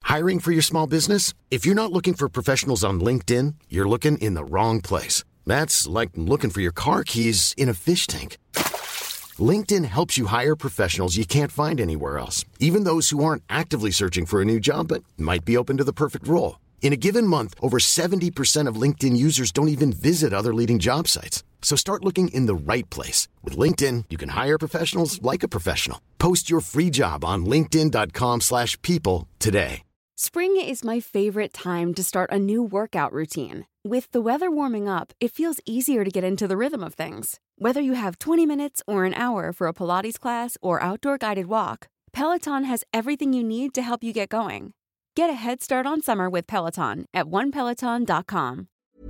Hiring for your small business? If you're not looking for professionals on LinkedIn, you're looking in the wrong place. That's like looking for your car keys in a fish tank. LinkedIn helps you hire professionals you can't find anywhere else, even those who aren't actively searching for a new job but might be open to the perfect role. In a given month, over 70% of LinkedIn users don't even visit other leading job sites. So start looking in the right place. With LinkedIn, you can hire professionals like a professional. Post your free job on linkedin.com/people today. Spring is my favorite time to start a new workout routine. With the weather warming up, it feels easier to get into the rhythm of things. Whether you have 20 minutes or an hour for a Pilates class or outdoor guided walk, Peloton has everything you need to help you get going. Get a head start on summer with Peloton at onepeloton.com.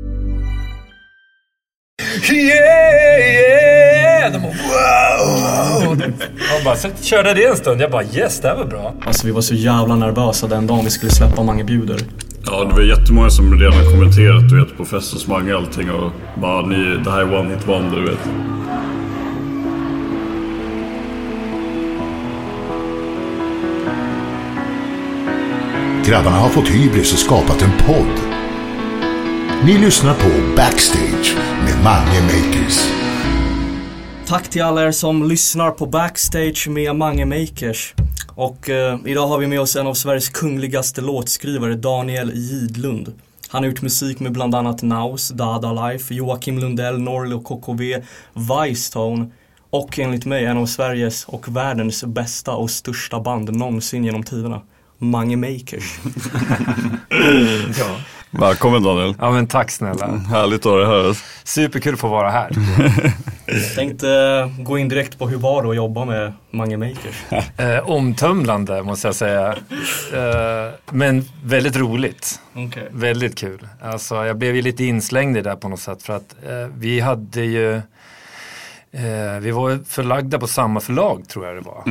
Yeah! De bara, wow! Jag bara körde det en stund. Jag bara, yes, det här var bra. Alltså vi var så jävla nervösa den dagen vi skulle släppa Mange bjuder. Ja, det var jättemånga som redan kommenterat, du vet, på Festens Mange och allting. Och bara, det här är one hit wonder, du vet. Grabbarna har fått hybris och skapat en podd. Ni lyssnar på Backstage med Mange Makers. Tack till alla er som lyssnar på Backstage med Mange Makers. Och idag har vi med oss en av Sveriges kungligaste låtskrivare, Daniel Gidlund. Han har gjort musik med bland annat Naus, Dada Life, Joakim Lundell, Norli och KKV, Vicetone och enligt mig en av Sveriges och världens bästa och största band någonsin genom tiderna. Mange Makers. Ja. Välkommen Daniel. Ja, men tack snälla. Härligt att ha dig här. Superkul att få vara här. Jag tänkte gå in direkt på hur var det att jobba med Mange Makers. Omtumlande måste jag säga. Men väldigt roligt. Okay. Väldigt kul. Alltså, jag blev ju lite inslängd i det där på något sätt. För att vi hade ju... vi var förlagda på samma förlag, tror jag det var.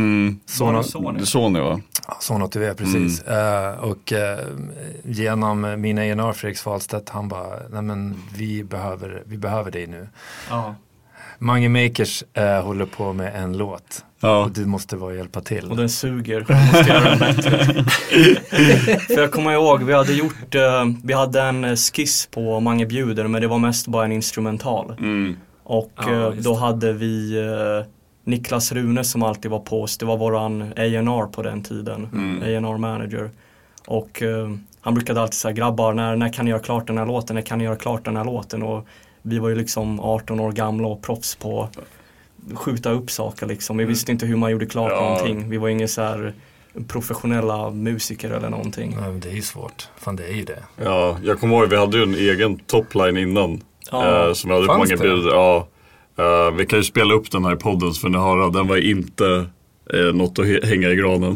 Sony va? Ja, Sony TV, precis. Och genom min A&R Fredrik Svalstedt, han bara, nej men vi behöver dig nu. Ja. Mange Makers håller på med en låt. Ja. Och du måste hjälpa till. Och den suger. Måste göra den bättre. För jag kommer ihåg, vi hade en skiss på Mange bjuder, men det var mest bara en instrumental. Och då hade vi Niklas Rune som alltid var på oss. Det var våran A&R på den tiden. A&R manager. Och han brukade alltid säga, grabbar, när kan ni göra klart den här låten? När kan ni göra klart den här låten? Och vi var ju liksom 18 år gamla och proffs på att skjuta upp saker liksom. Vi visste inte hur man gjorde klart någonting. Vi var inga så här professionella musiker eller någonting. Ja, men det är ju svårt. Fan, det är ju det. Ja, jag kommer ihåg, vi hade ju en egen topline innan. Som vi hade på Mange bjuder. Ja. Vi kan ju spela upp den här i podden så får ni höra. Den var inte något att hänga i granen.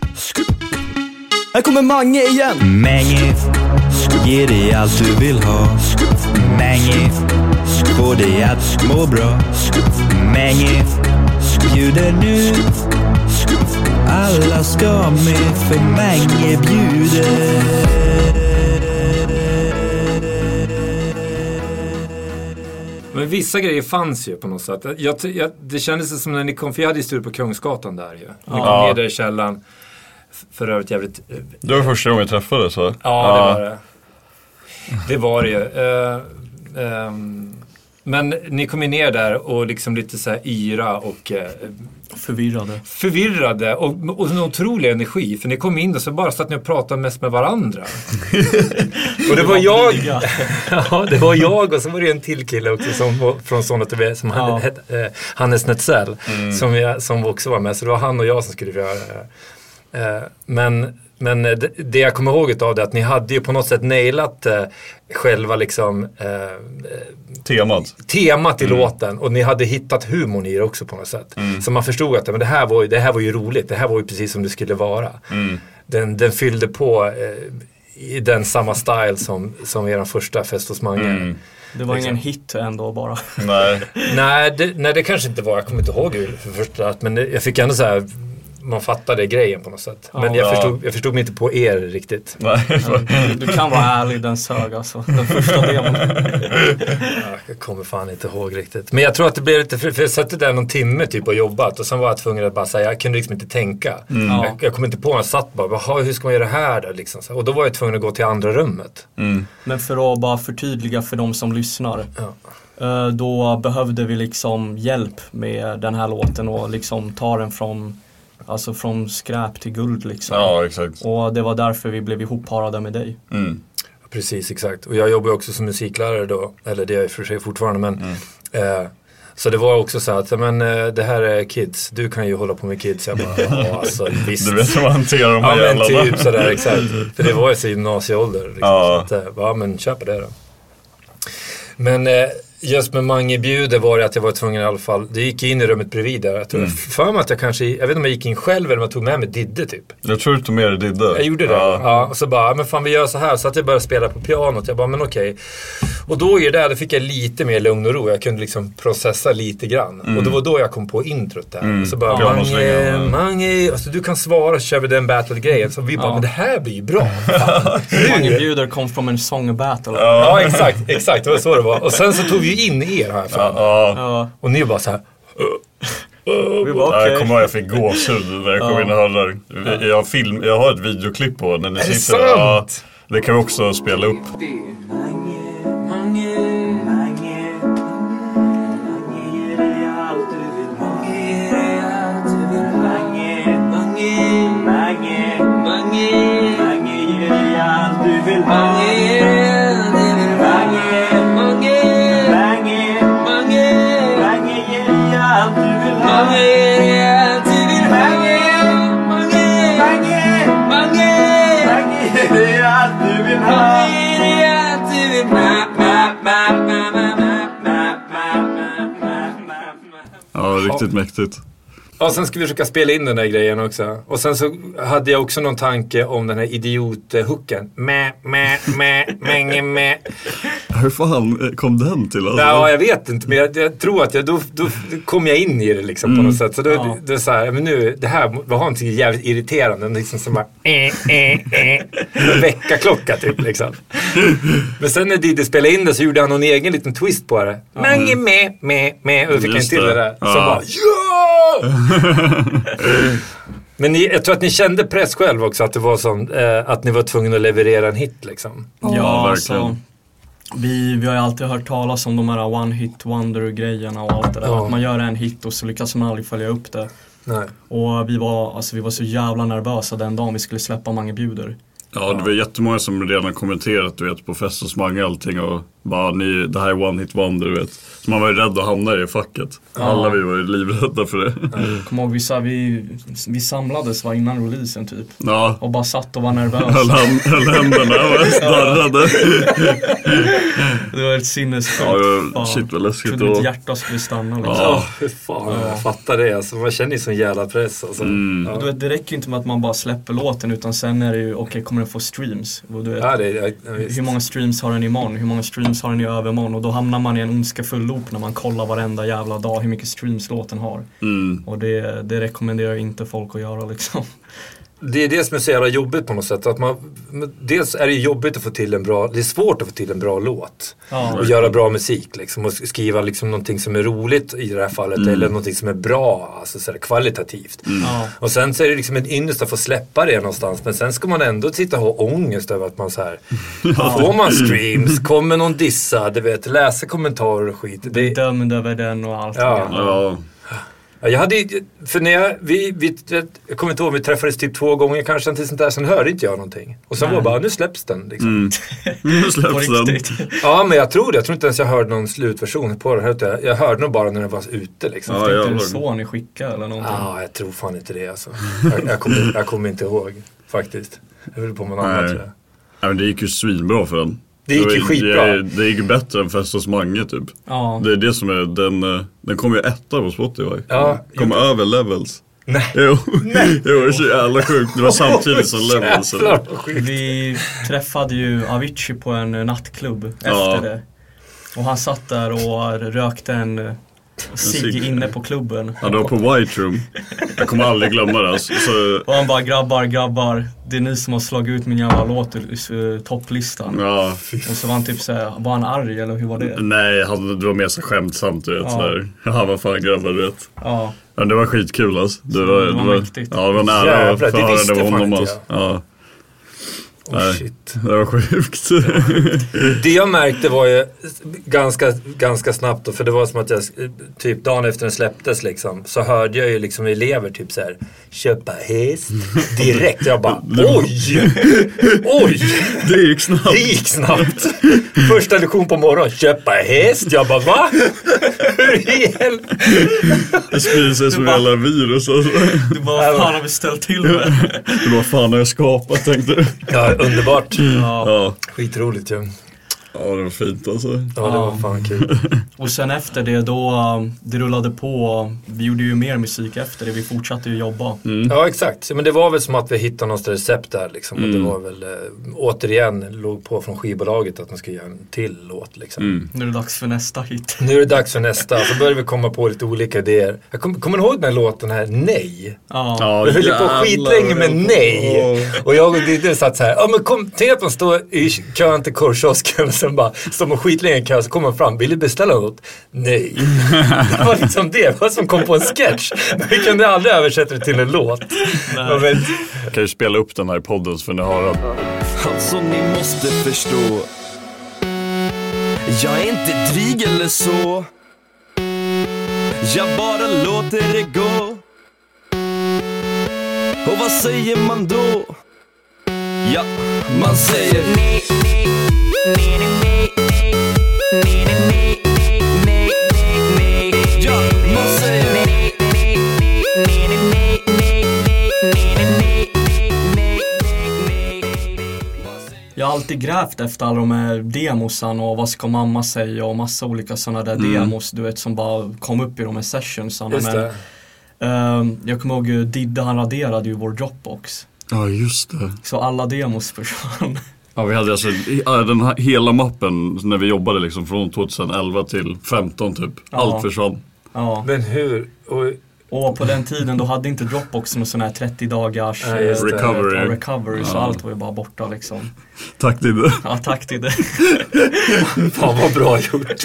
Här kommer Mange igen. Mange, ge dig allt du vill ha. Mange, få dig att må bra. Mange, bjuder nu. Alla ska med för Mange bjuder. Men vissa grejer fanns ju på något sätt. Det kändes som när ni kom, för jag hade ju på Kungsgatan där ju. Ni kom ner där i källan. För övrigt jävligt... Det var första gången jag träffade så. Ja, det var det. Det var det ju. Men ni kom ner där och liksom lite så här yra och... Förvirrade och en otrolig energi. För ni kom in och så bara satt ni och pratade mest med varandra. Och det var jag. Ja, det var jag och så var det en till kille också från Sony TV som hette Hannes Netzell som också var med. Så det var han och jag som skulle göra det. Men det jag kommer ihåg av det att ni hade ju på något sätt nailat själva liksom temat i låten, och ni hade hittat humorn i det också på något sätt. Så man förstod att men det här var ju roligt, det här var ju precis som det skulle vara. Den fyllde på i den samma style som er första Fest hos Mange. Det var ingen hit ändå bara. Nej, det kanske inte var, jag kommer inte ihåg hur för första, men jag fick ändå så här man fattade grejen på något sätt. Men jag förstod mig inte på er riktigt. Du kan vara ärlig, den sög alltså. Den första demon. Jag kommer fan inte ihåg riktigt. Men jag tror att det blev lite, för jag satt där någon timme typ och jobbat. Och sen var jag tvungen att bara säga, jag kunde liksom inte tänka. Jag kom inte på när jag satt bara, hur ska man göra det här då? Liksom. Och då var jag tvungen att gå till andra rummet. Men för att bara förtydliga för de som lyssnar. Då behövde vi liksom hjälp med den här låten och liksom ta den från skräp till guld liksom. Ja, exakt. Och det var därför vi blev ihopparade med dig. Precis, exakt. Och jag jobbar också som musiklärare då. Eller det är jag för sig fortfarande, men så det var också så att, men det här är kids, du kan ju hålla på med kids. Jag bara, alltså visst. Du vet hur man hanterar de här jävlarna. Ja, men typ sådär, exakt. För det var ju så gymnasieålder liksom, så att, men köp det då. Men just med Mange bjuder var det att jag var tvungen i alla fall. Det gick in i rummet bredvid där. Jag tror för mig att jag kanske, jag vet inte om jag gick in själv eller om jag tog med mig Didde typ. Jag tror du tog med dig Didde. Jag gjorde det. Ja, och så bara, men fan vi gör så här. Så att jag började spela på pianot. Jag bara, men okej. Och då i det där, då fick jag lite mer lugn och ro. Jag kunde liksom processa lite grann. Och det var då jag kom på introt där. Och så bara, Mange, alltså du kan svara, så kör vi den battle-grejen. Så vi bara, men det här blir ju bra. Mange bjuder kom från en song battle. Ja, exakt. Det var så det var. Och sen så tog vi in er här fram. Och ni var så här. Vi var okej. Jag kommer ihåg jag fick gåshud när jag kom in och hörde. Jag har ett videoklipp på när ni sitter. Är det sant? Det kan vi också spela upp. Ja, riktigt mäktigt. Och sen ska vi försöka spela in den där grejen också. Och sen så hade jag också någon tanke om den här idiothooken. Mä. Hur fan kom den till? Alltså? Ja, jag vet inte. Men jag tror att då kom jag in i det liksom på något sätt. Så då är så här, men nu, det här var någonting jävligt irriterande. Liksom som bara en väckarklocka typ liksom. Men sen när Didde spelade in det så gjorde han någon egen liten twist på det. Mange med. Och då fick jag till det där. Så bara, Men jag tror att ni kände press själv också, att det var som att ni var tvungna att leverera en hit liksom. Ja, verkligen. Vi har ju alltid hört talas om de här one hit wonder grejerna och allt det där. Att man gör en hit och så lyckas man aldrig följa upp det. Nej. Och vi var så jävla nervösa den dagen vi skulle släppa Mange bjuder. Ja, det var jättemånga som redan kommenterat, du vet, på fest och Mange allting och bara, det här är one hit wonder, du vet. Så man var ju rädd att hamna i facket. Alla vi var ju livrädda för det. Kom ihåg, vi samlades innan releasen typ. Ja. Och bara satt och var nervösa. Höll händerna och starrade. Det var ett sinnessjukt. Ja, shit vad läskigt. Jag trodde mitt hjärta skulle stanna liksom. Ja, hur fan, jag fattar det alltså. Man känner ju sån jävla press alltså. Du vet, det räcker ju inte med att man bara släpper låten, utan sen är det ju, okej, kommer den få streams? Och du vet, hur många streams har den imorgon? Hur många streams har den i övermorgon? Och då hamnar man i en ondskefull loop när man kollar varenda jävla dag hur mycket streams låten har. Och det rekommenderar inte folk att göra liksom. Det är det som är så jävla jobbigt på något sätt. Att dels är det jobbigt att få till det är svårt att få till en bra låt. Och göra bra musik liksom. Och skriva liksom någonting som är roligt i det här fallet. Eller någonting som är bra, alltså så här, kvalitativt. Och sen så är det liksom en ynnest att få släppa det någonstans. Men sen ska man ändå sitta och ha ångest över att man så här. Får man streams, kommer någon dissa, du vet, läsa kommentarer och skit. Det är dömd över den och allt. Ja. Jag hade, för när jag kommer inte ihåg, vi träffades typ 2 gånger kanske, till sånt där, sen hörde inte jag någonting. Och sen var bara, nu släpps den liksom. Nu släpps den. Ja, men jag tror inte ens jag hörde någon slutversion på den. Jag hörde nog bara när den var ute liksom. Ja, jag tänkte så ni skickade eller någonting. Ja, jag tror fan inte det alltså. Jag kommer inte ihåg faktiskt. Jag vill på någon annan tror jag. Ja, men det gick ju svinbra för den. Det gick ju skitbra. Det gick ju bättre än Fest hos Mange typ. Ja. Det är det som är den kommer ju 1 på Spotify. Ja. Kommer över Levels. Nej. Jo, det var så jävla sjukt. Det var samtidigt som Levels. Vi träffade ju Avicii på en nattklubb efter det. Och han satt där och rökte en Sigge inne på klubben. Ja, det var på White Room. Jag kommer aldrig glömma det. Så... Och han bara, grabbar, det är ni som har slagit ut min jävla låt ur topplistan. Ja. Och så var han typ såhär, var han arg eller hur var det? Nej, det var mer så skämtsamt, du vet. Ja, vad fan grabbar, du vet. Ja. Ja, det var skitkul alltså. Det var mäktigt. Ja, det var nära att det visste det var honom inte alltså. Ja. Shit. Det var sjukt. Det jag märkte var ju ganska snabbt då, för det var som att jag typ dagen efter den släpptes liksom, så hörde jag ju liksom elever typ så här: köpa häst direkt. Jag bara oj. Det gick snabbt. Första lektion på morgonen, köpa häst. Jag bara va? Hur i helvete? Det sprider sig som jävla virus alltså. Du bara, fan har vi ställt till med? Du bara, fan har jag skapat, tänkte du. Ja, underbart. Ja. Skitroligt ju. Ja, det var fint alltså. Ja, det var fan kul. Och sen efter det då, det rullade på. Vi gjorde ju mer musik efter det. Vi fortsatte ju jobba. Ja, exakt. Men det var väl som att vi hittade något recept där liksom. Och det var väl, återigen, låg på från skivbolaget att man skulle göra en till låt liksom. Nu är det dags för nästa hit. Nu är det dags för nästa. Så började vi komma på lite olika idéer. Jag kommer ihåg den här låten här, Nej. Ja. Vi höll på skitlänge med Nej. Och jag och Didde satt så här, ja men tänk att man står i kön till korvkiosken och sen bara står man skitlänge i kön, så kommer man fram, vill du beställa något? Nej. Det var liksom det var som kom på en sketch. Men vi kunde aldrig översätta det till en låt. Men, Jag kan ju spela upp den här i podden för ni har den. Alltså ni måste förstå, jag är inte dryg eller så, jag bara låter det gå. Och vad säger man då? Ja, man säger nej, nej, nej, nej, nej, nej, nej, nej, nej, nej, nej. Ja, man säger nej, nej, nej, nej, nej, nej, nej, nej, nej, nej, nej. Jag har alltid grävt efter alla de här demosan och vad ska mamma säga och massa olika sådana där demos, du vet, som bara kom upp i de här sessionsarna. just det. Jag kommer ihåg Didde, han raderade ju vår Dropbox. Ja, just det. Så alla demos försvann. Ja, vi hade alltså den här, hela mappen när vi jobbade liksom från 2011 till 15 typ. Ja. Allt försvann. Ja. Men hur? Och på den tiden då hade inte Dropbox någon sån här 30 dagars recovery, så allt var ju bara borta liksom. Tack Didde. Ja, tack till det. Fan vad bra gjort.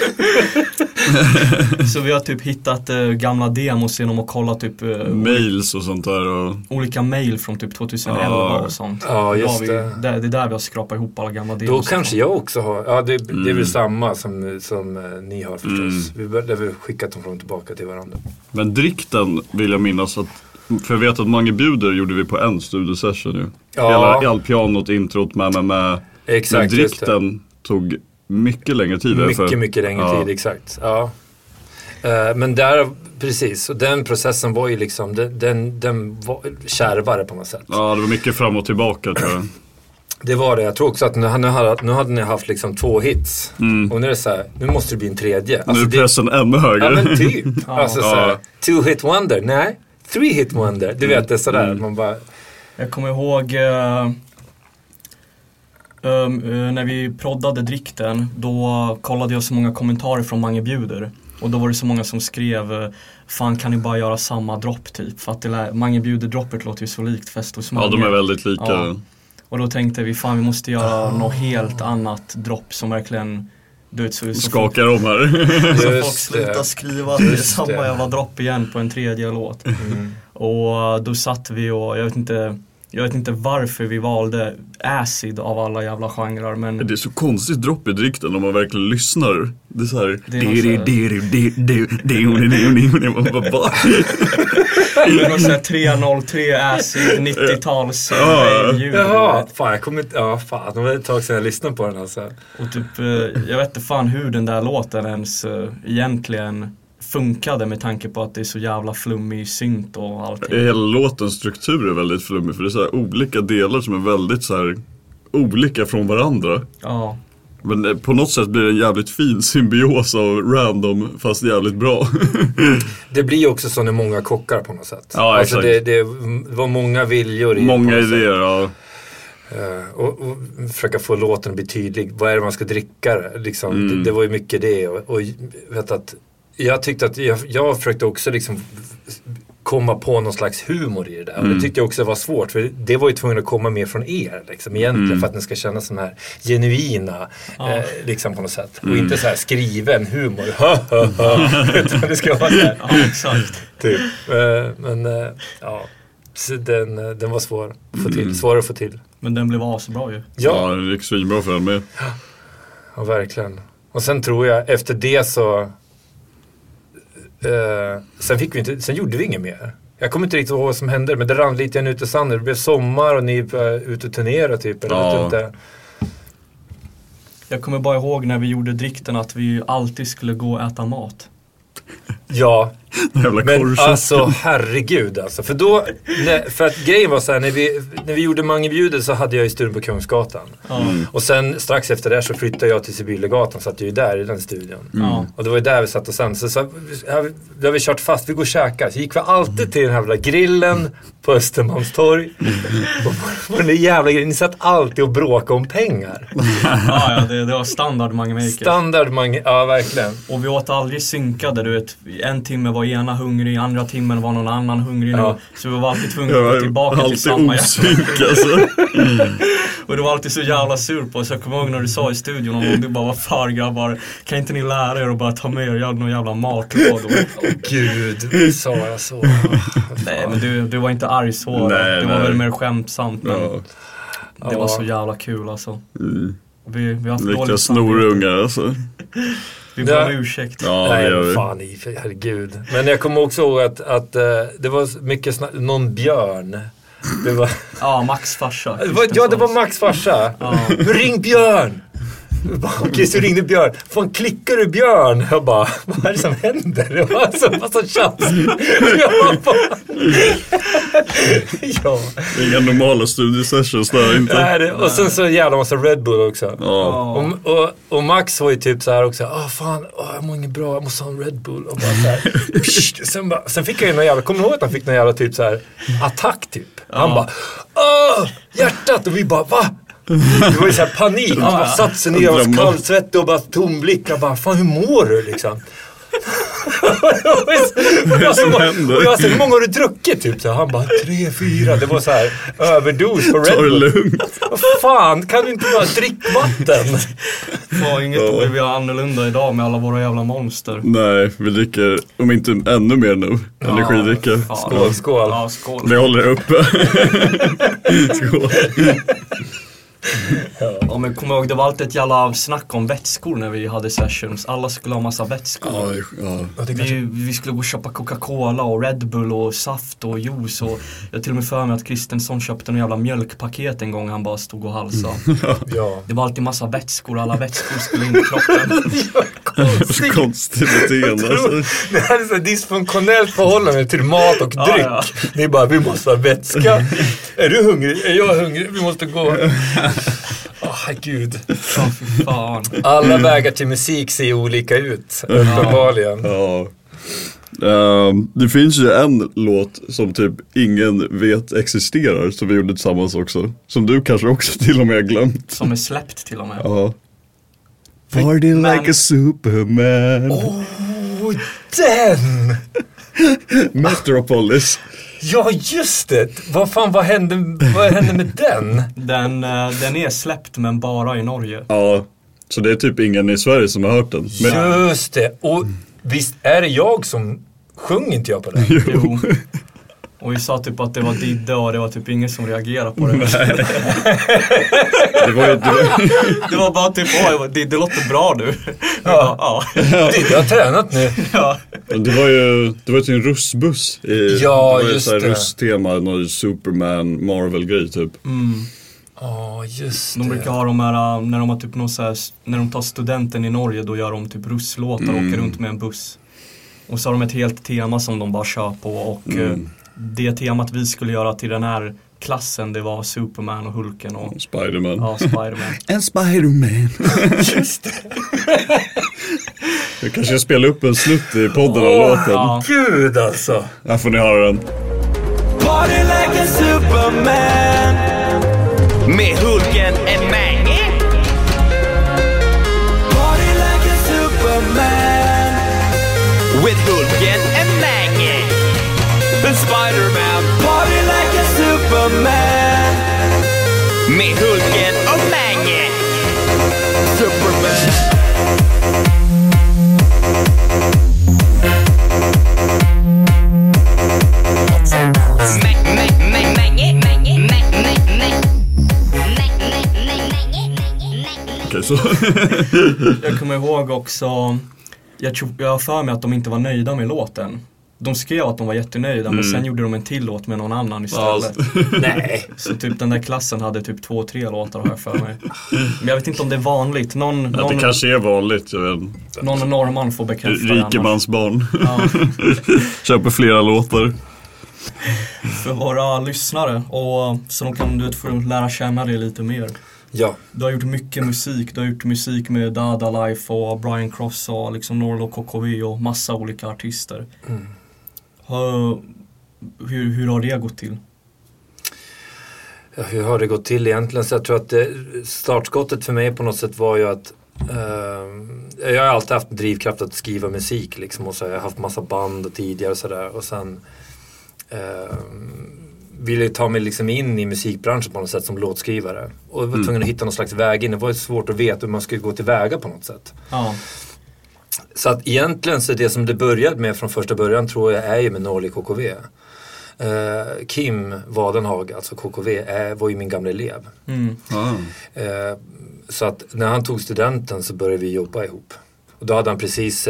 Så vi har typ hittat gamla demos genom att kolla typ mails och sånt där och... olika mail från typ 2011 och sånt. Ja, just det är där vi har skrapat ihop alla gamla demos. Då kanske jag också har. Ja, det är väl samma som ni har förstås. Vi har skickat dem från tillbaka till varandra. Men drikten vill jag minnas att, för jag vet att Mange Bjuder gjorde vi på en studiosession ju. Ja. Hela pianot, introt med. Exakt. Men drikten tog mycket längre tid. Mycket längre tid, exakt. Ja. Men där, precis. Och den processen var ju liksom, den var kärvare på något sätt. Ja, det var mycket fram och tillbaka tror jag. Det var det. Jag tror också att nu hade ni haft liksom 2 hits. Och nu är det så här, nu måste det bli en tredje. Alltså, nu är pressen ännu högre. Ja, men typ. Alltså så här, 2-hit wonder. Nej, 3-hit wonder. Du vet, det är sådär. Man bara... Jag kommer ihåg när vi proddade drikten, då kollade jag så många kommentarer från Mange Bjuder. Och då var det så många som skrev, fan kan ni bara göra samma dropp typ? För att Mange Bjuder-droppet låter ju så likt Fest hos Mange. Ja, de är väldigt lika. Ja. Och då tänkte vi, fan vi måste göra något helt annat dropp som verkligen, du vet, så skakar om här. Så folk slutar skriva att det är samma jävla dropp igen på en tredje låt. Och då satt vi och jag vet inte varför vi valde acid av alla jävla genrer, men... Det är så konstigt dropp i drikten om man verkligen lyssnar. Det är så här... Det är någon sån här 303 acid 90-tals ljud. Jaha, fan jag kommer inte... Ja, fan, det var ett tag sedan jag lyssnade på den alltså. Och typ, jag vet inte fan hur den där låten ens egentligen funkade med tanke på att det är så jävla flummig synt och allting. Hela låtens struktur är väldigt flummig, för det är så här olika delar som är väldigt så här olika från varandra. Ja. Men på något sätt blir det en jävligt fin symbios av random fast jävligt bra. Det blir ju också så när många kockar på något sätt. Ja, alltså exakt. det var många viljor i många idéer, ja. Och försöka få låten att bli tydlig. Vad är det man ska dricka? Liksom, det var ju mycket det. Och vet att jag tyckte att jag försökte också liksom komma på någon slags humor i det där. Och det tyckte jag också var svårt. För det var ju tvungen att komma mer från er liksom, egentligen. För att den ska kännas som här genuina liksom på något sätt. Och inte så här skriven humor. Utan det ska vara så här. Ja, exakt. Typ. Men ja. Så den var svår att få till. Svår att få till. Men den blev asbra ju. Ja, det gick svinbra för den med. Ja, verkligen. Och sen tror jag, efter det så... sen gjorde vi inget mer. Jag kommer inte riktigt ihåg vad som hände, men det rann lite grann ut i sanden. Det blev sommar och ni var ute och turnerade typ. Eller inte. Jag kommer bara ihåg när vi gjorde drikten att vi alltid skulle gå och äta mat. Ja, men korset. Alltså herregud alltså. För att grejen var så här, när vi gjorde Mangebjudet så hade jag i studion på Kungsgatan. Och sen strax efter det så flyttade jag till Sibyllegatan, så att jag ju där i den studion. Och det var ju där vi satt och sen så vi har vi kört fast, vi går och käkar. Så gick vi alltid till den här grillen på Östermalmstorg. Och den jävla grejen, ni satt alltid och bråkade om pengar. Ja, det var standard Mangemaker. Ja, verkligen. Och vi åt aldrig synkade, du vet. En timme var ena hungrig, andra timmen var någon annan hungrig. Så vi var alltid tvungna att gå tillbaka till samma alltså. Och det var alltid så jävla sur på oss. Jag kommer ihåg när du sa i studion om du bara var för grabbar, kan inte ni lära er och bara ta med er någon jävla matlådor? Gud, sa jag så. Nej, men du var inte arg så. Det var väl mer skämtsamt, men det var så jävla kul alltså. Vi har haft lika snorungar alltså. Vi ber om ursäkt. Ja, nej, fan herregud. Men jag kommer också ihåg att det var mycket någon björn. Det var... Ja, Max farsa. Det var Max farsa. Ring Björn! Okej, så ringde Björn. Fan, klickar du Björn? Jag bara, vad är det som händer? Det var alltså en massa tjafs. Inga normala studiesessions där inte. Nej, och sen så jävla massa Red Bull också. Och Max var ju typ så här också. Jag mår inget bra, jag måste ha en Red Bull. Och bara så här. Sen fick jag ju någon jävla, kommer du ihåg att han fick någon jävla typ så här attack typ. Han bara, hjärtat. Och vi bara, va? Det var ju så här panik. Han bara satt sig ner och var kallsvettig och bara tomblickade. Bara, fan, hur mår du liksom? Och jag sa, hur många har du druckit typ? Så han bara, 3-4. Det var så här överdos på Red Bull. Lugnt. Vad fan, kan du inte bara dricka vatten? Inget borde vi har annorlunda idag med alla våra jävla monster. Nej, vi dricker, om inte ännu mer nu, energidricka. Skål. Ja, skål. Vi håller uppe. Skål. Ja, men kom ihåg, det var alltid ett jävla snack om vätskor när vi hade sessions. Alla skulle ha massa vätskor. Vi skulle gå och köpa Coca-Cola och Red Bull och saft och juice. Och jag till och med för mig att Kristensson köpte en jävla mjölkpaket en gång. Han bara stod och halsade. Det var alltid massa vätskor. Alla vätskor skulle in i kroppen. Konstigt beteende alltså. Det här är så dysfunktionellt förhållande till mat och dryck. Ni bara, vi måste ha vätska. Är du hungrig? Är jag hungrig? Vi måste gå. Gud. Fan. Alla vägar till musik ser olika ut. Uppenbarligen. Det finns ju en låt som typ ingen vet existerar, som vi gjorde tillsammans också. Som du kanske också till och med har glömt. Som är släppt till och med. Party like a superman. Den! Metropolis. Ja, just det. Vad hände med den? Den är släppt, men bara i Norge. Ja, så det är typ ingen i Sverige som har hört den. Men... Just det. Och visst är det jag som sjöng inte jag på den? Jo. Och vi sa typ att det var Didde och det var typ ingen som reagerade på det. Det var bara typ, Didde låter bra nu. Didde har tränat nu. Det var ju en russbuss. Det var just det. Russtema, någon Superman, Marvel-grej typ. Just de brukar ha de här, när de har typ någon så här, när de tar studenten i Norge, då gör de typ russlåtar och åker runt med en buss. Och så har de ett helt tema som de bara kör på. Och det temat vi skulle göra till den här klassen, det var Superman och Hulken och Spiderman. Ja, Spiderman. En Spiderman. Just det. Jag kanske spelar upp en snutt i podden av låten. Gud alltså. Här får ni höra den. Party like a Superman. Med Hulken and Mange. Party like a Superman. with Hulken and Maggie. And Spider-Man party like a Superman. Med Hulken och Maggie. Superman. Okej, så. Jag kommer ihåg också, jag har för mig att de inte var nöjda med låten. De skrev att de var jättenöjda, men sen gjorde de en till låt med någon annan istället. Nej. Så typ den där klassen hade typ 2-3 låtar har jag för mig. Men jag vet inte om det är vanligt. Det kanske är vanligt. Någon norrman får bekräfta. Rikemansbarn. Ja. Köper flera låtar. För våra lyssnare, och så de kan få lära känna det lite mer. Ja. Du har gjort mycket musik. Du har gjort musik med Dada Life och Brian Cross och liksom Norlo KKV och massa olika artister. Hur har det gått till? Ja, hur har det gått till egentligen? Så jag tror att startskottet för mig på något sätt var ju att jag har alltid haft drivkraft att skriva musik liksom, och så har jag haft massa band och tidigare och sådär, och sen ville ta mig liksom in i musikbranschen på något sätt som låtskrivare, och var tvungen att hitta någon slags väg in. Det var svårt att veta hur man skulle gå tillväga på något sätt. Ja. Så att egentligen så det som det började med från första början tror jag är ju med Norli KKV. Kim Wadenhag, alltså KKV, var ju min gamla elev. Så att när han tog studenten så började vi jobba ihop. Och då hade han precis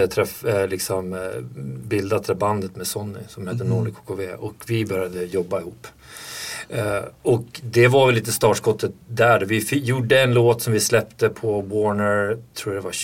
bildat det bandet med Sonny som heter Norli KKV, och vi började jobba ihop. Och det var väl lite startskottet där. Vi gjorde en låt som vi släppte på Warner, tror jag det var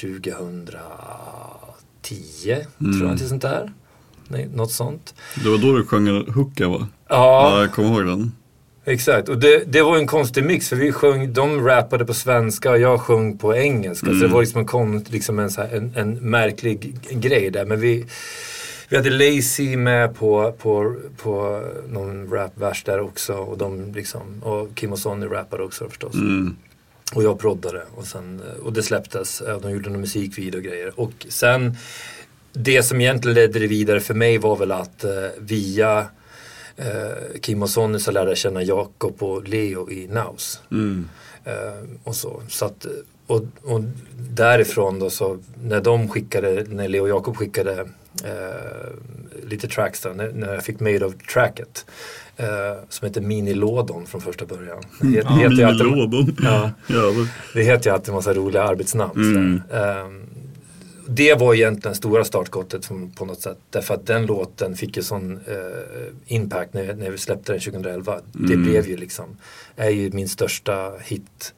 2010, tror jag, inte sånt där. Nej, något sånt. Det var då du sjöng Hooka, va? Ja, jag kommer ihåg den. Exakt, och det var en konstig mix, för de rappade på svenska och jag sjöng på engelska. Så det var liksom en märklig grej där. Men vi hade Lazy med på någon rapvers där också, och och Kim och Sonny rappade också förstås. Och jag proddade, och det släpptes. De gjorde en musikvideo och grejer. Och sen det som egentligen ledde det vidare för mig var väl att via Kim och Sonny så lärde jag känna Jakob och Leo i Naus. Och så att, och därifrån då, så när Leo och Jakob skickade lite tracks då, när jag fick Made of tracket som heter Mini-lådon från första början. Mini-lådon. Det heter ju alltid en massa roliga arbetsnamn. Det var egentligen stora startskottet på något sätt. Därför att den låten fick ju sån impact när vi släppte den 2011. Det blev ju är ju min största hit.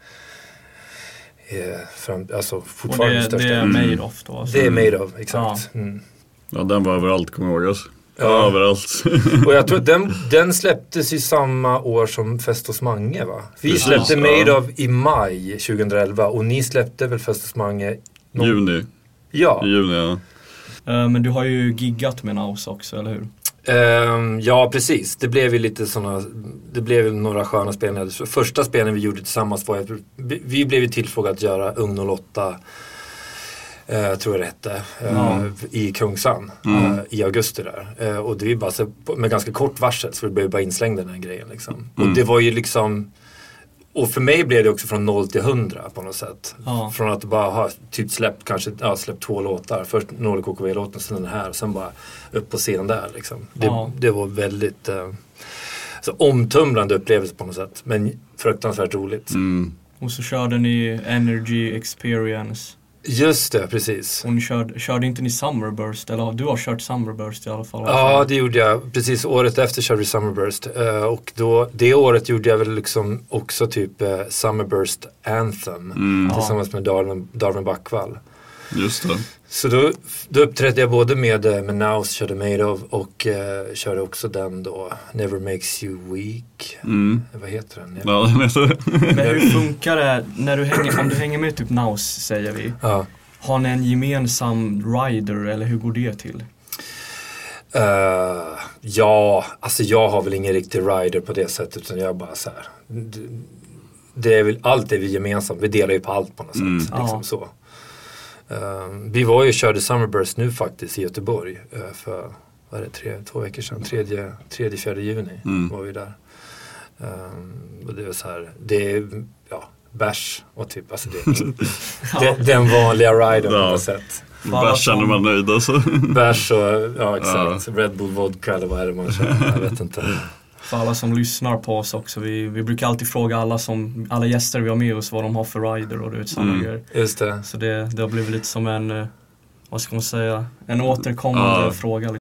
Alltså fortfarande och största. Det är Made of då? Det är Made of, exakt. Ja, ja, den var överallt, kommer jag ihåg. Ja, överallt. Och jag tror att den släpptes i samma år som Fest hos Mange, va? Vi släppte Made of i maj 2011, och ni släppte väl Fest hos Mange juni. Ja. I juni, ja. Men du har ju giggat med Naus också, eller hur? Ja, precis. Det blev ju lite det blev några sköna spelningar. Första spelningen vi gjorde tillsammans var vi blev ju tillfrågade att göra Ung 08, tror jag det hette, i Kungsan i augusti där. Och det var bara så, med ganska kort varsel, så vi blev bara inslängda den här grejen liksom. Och det var ju och för mig blev det också från 0 till 100 på något sätt. Från att bara ha typ släppt 2 låtar. Först Norli KKV-låten, sen den här, och sen bara upp på scen där liksom. Det var väldigt omtumlande upplevelse på något sätt. Men fruktansvärt roligt. Och så körde ni Energy Experience. Just det, precis. Och ni körde inte ni Summerburst? Eller du har kört Summerburst i alla fall? Ja, det gjorde jag. Precis, året efter körde vi Summerburst. Och det året gjorde jag väl också typ Summerburst Anthem. Tillsammans med Darwin Backvall. Just det. Så då uppträdde jag både med Naus, körde Made of, och körde också den då, Never Makes You Weak. Vad heter den? Ja, den heter det. Men hur funkar det om du hänger med typ Naus, säger vi? Ja. Har ni en gemensam rider, eller hur går det till? Ja, alltså jag har väl ingen riktig rider på det sättet, utan jag bara så här. Det är väl allt är vi gemensamt, vi delar ju på allt på något sätt. Så. Vi var ju körde Summerburst nu faktiskt i Göteborg för, vad är det, 2 veckor sedan, 3-4 juni var vi där. Och det var så här, det är bärs och typ, alltså den vanliga riden på något sätt. Bärs känner man nöjd alltså. Bärs och, exakt, Red Bull vodka eller vad är det man känner, jag vet inte. För alla som lyssnar på oss också, vi brukar alltid fråga alla gäster vi har med oss vad de har för rider och sådana grejer. Just det. Så det har blivit lite som en, vad ska man säga, en återkommande fråga.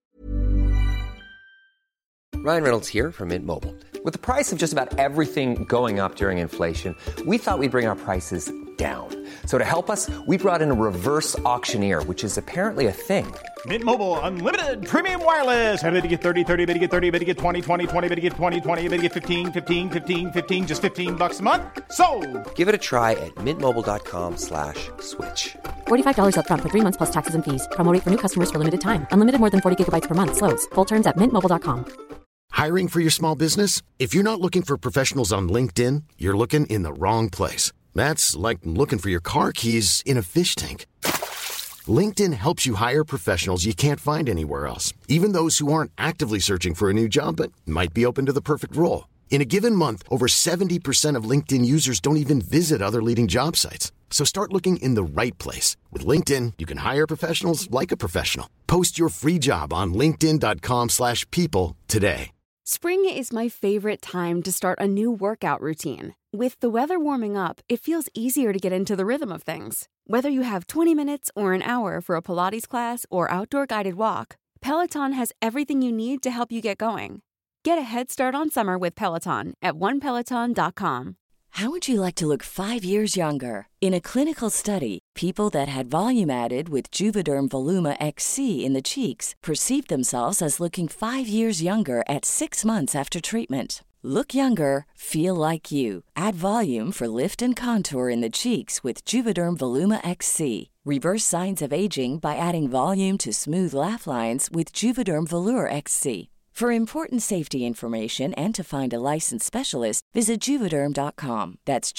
Ryan Reynolds here from Mint Mobile. With the price of just about everything going up during inflation, we thought we'd bring our prices down. So to help us, we brought in a reverse auctioneer, which is apparently a thing. Mint Mobile Unlimited Premium Wireless. How to get 30, 30, bit to get 30, bit to get 20, 20, 20, bit to get 20, 20, bit to get 15, 15, 15, 15, just $15 a month? Sold! Give it a try at mintmobile.com/switch. $45 up front for 3 months plus taxes and fees. Promo rate for new customers for limited time. Unlimited more than 40 gigabytes per month. Slows full terms at mintmobile.com. Hiring for your small business? If you're not looking for professionals on LinkedIn, you're looking in the wrong place. That's like looking for your car keys in a fish tank. LinkedIn helps you hire professionals you can't find anywhere else, even those who aren't actively searching for a new job but might be open to the perfect role. In a given month, over 70% of LinkedIn users don't even visit other leading job sites. So start looking in the right place. With LinkedIn, you can hire professionals like a professional. Post your free job on linkedin.com/people today. Spring is my favorite time to start a new workout routine. With the weather warming up, it feels easier to get into the rhythm of things. Whether you have 20 minutes or an hour for a Pilates class or outdoor guided walk, Peloton has everything you need to help you get going. Get a head start on summer with Peloton at onepeloton.com. How would you like to look 5 years younger? In a clinical study, people that had volume added with Juvederm Voluma XC in the cheeks perceived themselves as looking 5 years younger at 6 months after treatment. Look younger, feel like you. Add volume for lift and contour in the cheeks with Juvederm Voluma XC. Reverse signs of aging by adding volume to smooth laugh lines with Juvederm Volure XC. For important safety information and to find a licensed specialist, visit Juvederm.com. That's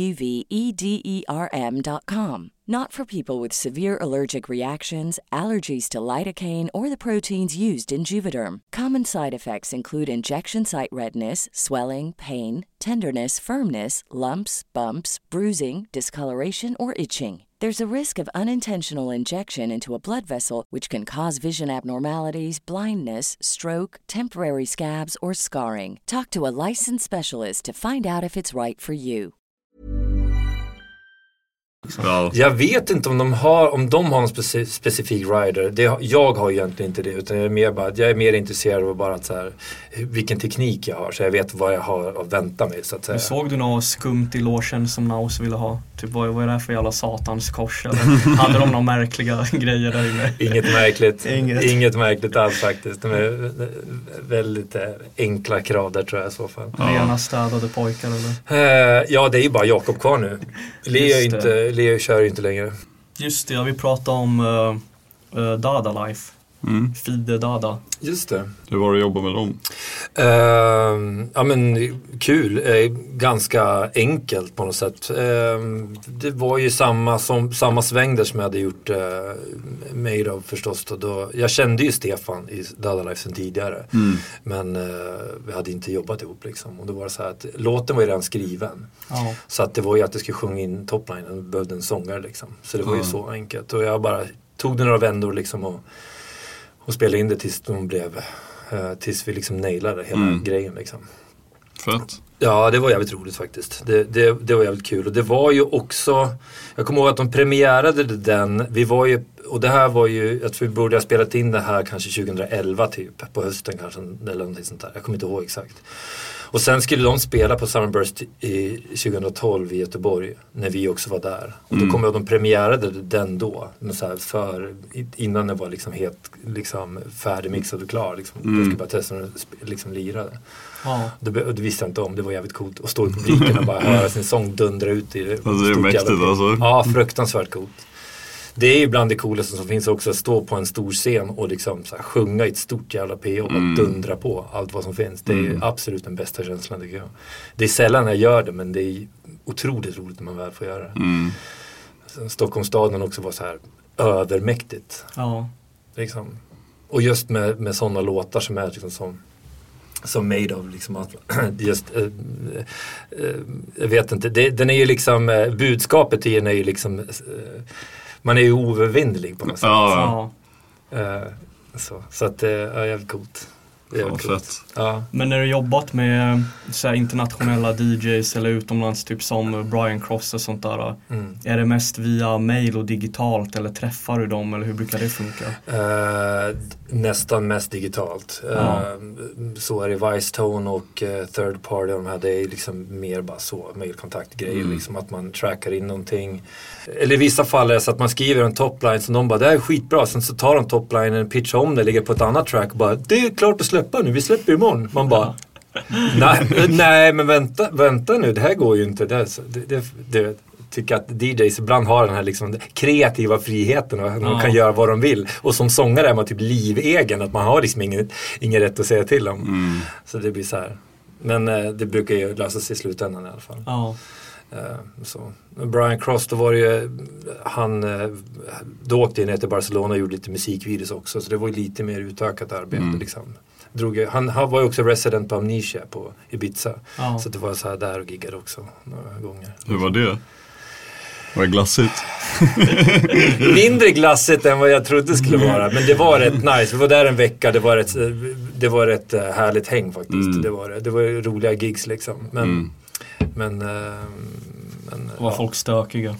JUVEDERM.com. Not for people with severe allergic reactions, allergies to lidocaine, or the proteins used in Juvederm. Common side effects include injection site redness, swelling, pain, tenderness, firmness, lumps, bumps, bruising, discoloration, or itching. There's a risk of unintentional injection into a blood vessel, which can cause vision abnormalities, blindness, stroke, temporary scabs, or scarring. Talk to a licensed specialist to find out if it's right for you. Jag vet inte om de har någon specifik rider. Jag har egentligen inte det, utan jag är mer intresserad av bara att så här, vilken teknik jag har, så jag vet vad jag har att vänta mig, så att säga. Såg du något skumt i logen som Naus ville ha? Typ vad är det här för jävla satans kors? Eller hade de några märkliga grejer där inne? Inget märkligt alls faktiskt. De är väldigt enkla krav där, tror jag i så fall. Rena städade pojkar eller? Ja, det är ju bara Jakob kvar nu. Leo kör ju inte längre. Just det, vi pratade om Dada Life. Fide Dada. Just det. Hur var det att jobba med dem? Ja, men kul. Ganska enkelt på något sätt. Det var ju samma sväng där som jag hade gjort Made of förstås. Då, jag kände ju Stefan i Dada Life sedan tidigare. Men vi hade inte jobbat ihop liksom. Och då var det så här att låten var ju redan skriven. Så att det var ju att jag skulle sjunga in toplinen och behövde en sångare liksom. Så det var ju så enkelt. Och jag bara tog det några vändor liksom och spelade in det tills vi liksom nailade hela grejen liksom. Fett. Ja, det var jävligt roligt faktiskt. Det var jävligt kul. Och det var ju också, jag kommer ihåg att de premiärade den. Vi var ju, och det här var ju, jag tror vi borde ha spelat in det här kanske 2011 typ, på hösten kanske, eller någonting sånt där. Jag kommer inte ihåg exakt. Och sen skulle de spela på Summerburst i 2012 i Göteborg, när vi också var där. Och då kom jag, de premiärade den då, så här innan det var liksom helt liksom färdigmixad och klar liksom. Jag skulle bara testa och liksom lira det. Det visste jag inte om, det var jävligt coolt att stå i publiken och bara höra sin sång dundra ut i det. Alltså, det är mäktigt alltså. Ja, fruktansvärt coolt. Det är ju bland det coolaste som finns också, att stå på en stor scen och liksom så här, sjunga i ett stort jävla PO och dundra på allt vad som finns. Det är ju absolut den bästa känslan, tycker jag. Det är sällan jag gör det, men det är otroligt roligt när man väl får göra det. Stockholmsstaden också var så här övermäktigt. Ja. Liksom. Och just med sådana låtar som är liksom som Made of liksom att just jag vet inte, den är ju liksom budskapet i den är ju liksom man är ju oövervinnelig på något sätt. Ja. Så att det är jävligt coolt. Ja. Men när du jobbat med så här, internationella DJs eller utomlands typ som Brian Cross och sånt där, är det mest via mail och digitalt eller träffar du dem eller hur brukar det funka? Nästan mest digitalt. Så är det Vicetone och Third Party, de här, det är liksom mer bara så mailkontaktgrejer, liksom att man trackar in någonting. Eller i vissa fall är det så att man skriver en topline som de bara, det här är skitbra, sen så tar de toplinen, pitchar om det, ligger på ett annat track och bara, det är klart att släppa nu, vi släpper imorgon. Man bara, nej men vänta nu, det här går ju inte. Det tycker att DJs ibland har den här liksom kreativa friheten och man kan göra vad de vill. Och som sångare är man typ livegen, att man har liksom ingen rätt att säga till om. Så det blir så här. Men det brukar ju lösa sig i slutändan i alla fall. Så. Brian Cross, då var det ju då åkte jag ner till Barcelona och gjorde lite musikvideos också, så det var ju lite mer utökat arbete liksom. Han var ju också resident på Amnesia på Ibiza, så det var så här där och giggade också några gånger. Hur var det? Var det glassigt? Mindre glassigt än vad jag trodde det skulle vara, men det var rätt nice. Vi var där en vecka, det var rätt härligt häng faktiskt. Det var roliga gigs liksom. Men var folk stökiga?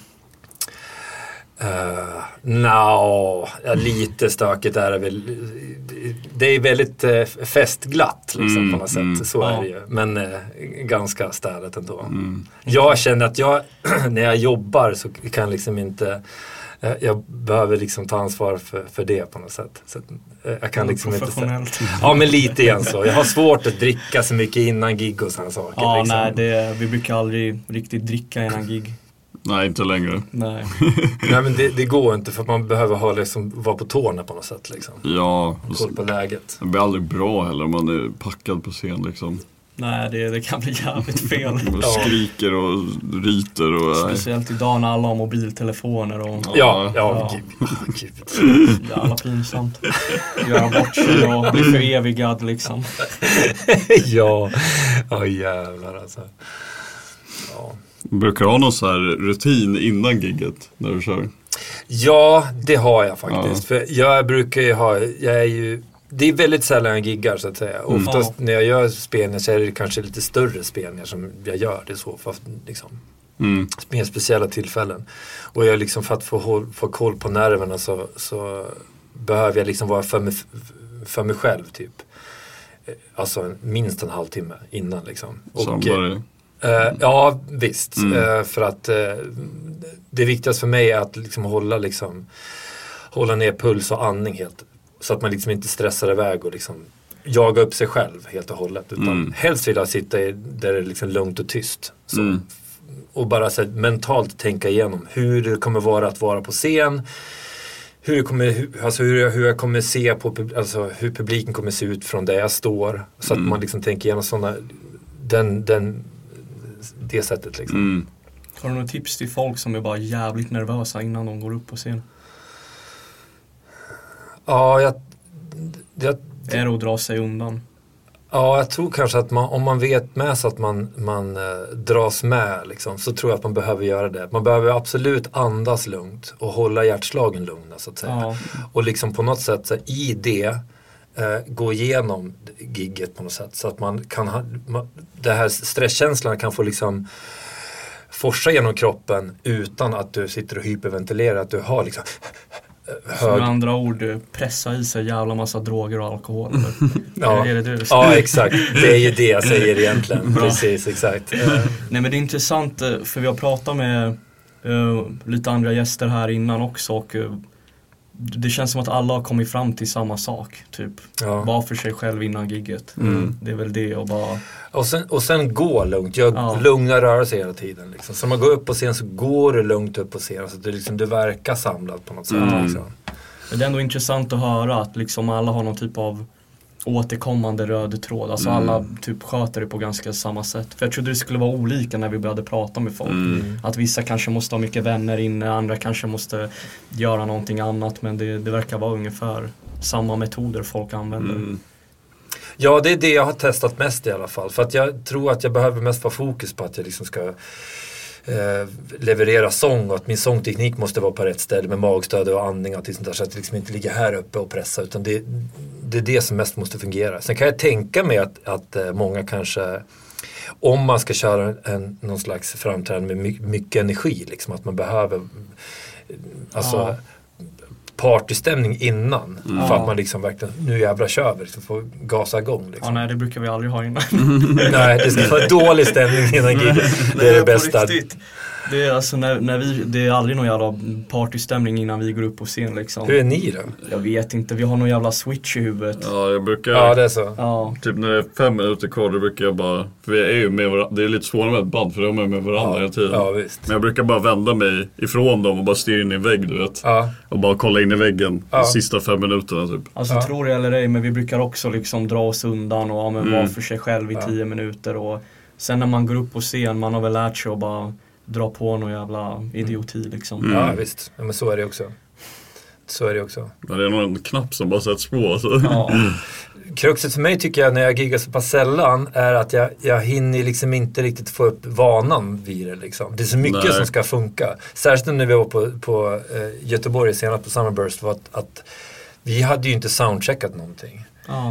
Lite stökigt är det väl. Det är väldigt festglatt liksom, på något sätt. Så är det ju. Men ganska städat ändå. Jag känner att när jag jobbar så kan liksom inte, jag behöver liksom ta ansvar för det på något sätt. Så jag kan liksom inte. Ja, men lite igen så. Jag har svårt att dricka så mycket innan gig och sådana saker. Ja, liksom. Nej, vi brukar aldrig riktigt dricka innan gig. Nej, inte längre. Nej. Nej, men det går inte, för man behöver vara på tårna på något sätt liksom. Ja. Koll på läget. Det blir aldrig bra heller om man är packad på scen liksom. Nej, det kan bli jävligt fel. Man skriker och ryter och... Speciellt idag när alla har mobiltelefoner och... Gud. Jävla pinsamt. Göra bort sig och bli förevigad liksom. Ja, jävlar alltså. Ja. Brukar du ha någon så här rutin innan gigget när du kör? Ja, det har jag faktiskt. För jag brukar ju ha, det är väldigt sällan jag giggar så att säga. Oftast när jag gör spelningar så är det kanske lite större spelningar som jag gör. Det så för liksom med speciella tillfällen. Och jag liksom, för att få koll på nerverna så behöver jag liksom vara för mig själv typ. Alltså minst en halvtimme innan liksom. Ja, visst. För att det viktigaste för mig är att liksom hålla ner puls och andning helt. Så att man liksom inte stressar iväg och liksom jaga upp sig själv helt och hållet. Utan helst vill jag sitta där det är liksom lugnt och tyst. Så, och bara så här, mentalt tänka igenom hur det kommer vara att vara på scen. Hur jag kommer se på, alltså hur publiken kommer se ut från där jag står. Så att man liksom tänker igenom sådana, det sättet liksom. Har du några tips till folk som är bara jävligt nervösa innan de går upp på scen? Ja, är det att dra sig undan? Ja, jag tror kanske att om man vet med sig att man dras med liksom, så tror jag att man behöver göra det. Man behöver absolut andas lugnt och hålla hjärtslagen lugna så att säga. Ja. Och liksom på något sätt så i det gå igenom gigget på något sätt så att man kan det här stresskänslan kan få liksom forsa genom kroppen utan att du sitter och hyperventilerar, att du har liksom med andra ord pressa i sig jävla massa droger och alkohol. Ja. Är det du? Ja, exakt. Det är ju det jag säger egentligen. Precis, exakt. Nej, men det är intressant för vi har pratat med lite andra gäster här innan också och det känns som att alla har kommit fram till samma sak typ. Var för sig själv innan gigget. Det är väl det och bara... Och sen gå lugnt. Lugna rörelser hela tiden liksom. Så man går upp på scen så går det lugnt upp på scen så att du verkar samlad på något sätt liksom. Det är ändå intressant att höra att liksom alla har någon typ av återkommande röd tråd. Alltså alla typ sköter det på ganska samma sätt. För jag trodde det skulle vara olika när vi började prata med folk. Att vissa kanske måste ha mycket vänner inne, andra kanske måste göra någonting annat. Men det verkar vara ungefär samma metoder folk använder. Ja, det är det jag har testat mest i alla fall. För att jag tror att jag behöver mest vara fokus på att jag liksom ska leverera sång, och att min sångteknik måste vara på rätt ställe med magstöd och andning och sånt där, så att det liksom inte ligger här uppe och pressa, utan det är det som mest måste fungera. Sen kan jag tänka mig att många kanske, om man ska köra någon slags framträdande med mycket energi, liksom, att man behöver partystämning innan, för att man liksom verkligen, nu jävla kör vi, liksom, får gasa igång liksom. Nej, det brukar vi aldrig ha innan. Nej, det ska vara dålig stämning innan gig. Det är det bästa. Det är alltså det är aldrig någon jävla partystämning innan vi går upp på scen liksom. Hur är ni då? Jag vet inte, vi har någon jävla switch i huvudet. Ja, jag brukar... Ja, det är så. Ja. Typ när det är 5 minuter kvar, då brukar jag bara... För vi är ju med varandra, det är lite svårare med ett band, för de är med varandra hela tiden. Ja, visst. Men jag brukar bara vända mig ifrån dem och bara stirra in i en vägg, du vet. Ja. Och bara kolla in i väggen de sista 5 minuterna typ. Alltså tror det eller ej, men vi brukar också liksom dra oss undan och vara för sig själv i 10 minuter. Och sen när man går upp på scen, man har väl lärt sig att bara dra på någon jävla idioti liksom. Ja, visst. Ja, men så är det också. Så är det också. Ja, det är nog en knapp som bara sätts på. Så. Ja. Kruxet för mig tycker jag när jag giggar så pass sällan är att jag hinner liksom inte riktigt få upp vanan vid det liksom. Det är så mycket som ska funka. Särskilt när vi var på Göteborg senast på Summerburst, var att vi hade ju inte soundcheckat någonting. Ja.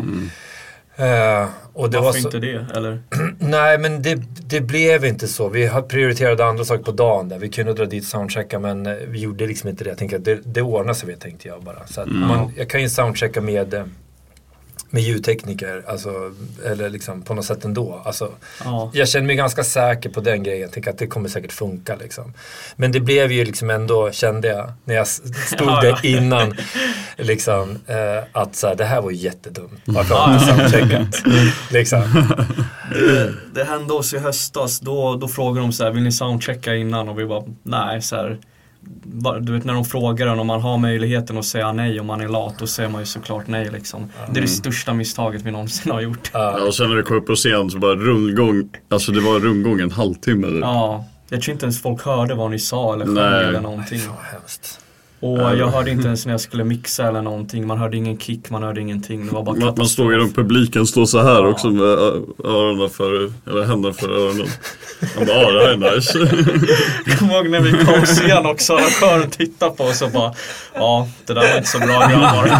Och det varför var inte det, eller? Nej, men det blev inte så. Vi prioriterade andra saker på dagen där. Vi kunde dra dit soundchecka, men vi gjorde liksom inte det. Jag tänkte att det ordnar sig, tänkte jag bara. Så att jag kan ju soundchecka med ljudtekniker, alltså, eller liksom på något sätt ändå. Alltså, jag känner mig ganska säker på den grejen. Jag tänker att det kommer säkert funka liksom. Men det blev ju liksom ändå, kände jag när jag stod där innan liksom, att så här, det här var jättedumt. Varför har jag inte soundcheckat? Liksom. Det hände oss i höstas. Då frågade de så här, vill ni soundchecka innan? Och vi bara, nej, så här. Du vet när de frågar en om man har möjligheten att säga nej om man är lat, då säger man ju såklart nej liksom. Det är det största misstaget vi någonsin har gjort. Ja, och sen när det kom upp på scen så bara rundgång, alltså det var rundgång en halvtimme. Ja, jag tror inte ens folk hörde vad ni sa eller sjöng eller någonting. Nej, så hemskt. Och jag hörde inte ens när jag skulle mixa eller någonting. Man hörde ingen kick, man hörde ingenting. Det var bara man stod i publiken, stod så här också med öronen för, eller händerna för öronen. Man bara, det här är nice. Jag kommer ihåg när vi kom scen också, arrangören tittade på oss och bara, det där var inte så bra grabbar.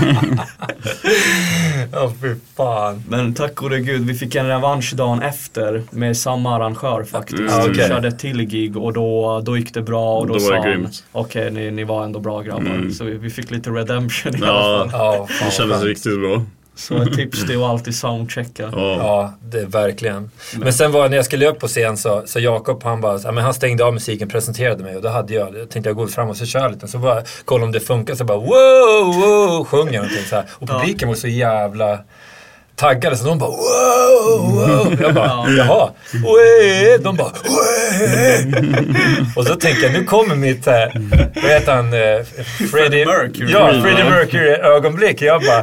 Ja, fy fan. Men tack gode gud, vi fick en revansch dagen efter med samma arrangör faktiskt. Vi körde ett till gig och då gick det bra och då sa han, okej, ni var ändå bra grabbar. Så vi fick lite redemption i alla fall. Det kändes riktigt bra. Så ett tips, det var alltid soundchecka. Ja, det är verkligen. Men sen var när jag skulle upp på scen så Jakob, han stängde av musiken, presenterade mig, och då tänkte jag gå fram och så köra lite. Så bara kolla om det funkar, så bara wow, sjunger någonting så här. Och publiken var så jävla taggade, så de bara wow. Jag bara, jaha. De bara och så tänkte jag, nu kommer mitt vad heter han, Freddie Mercury. Ja, Freddie Mercury ögonblick. Jag bara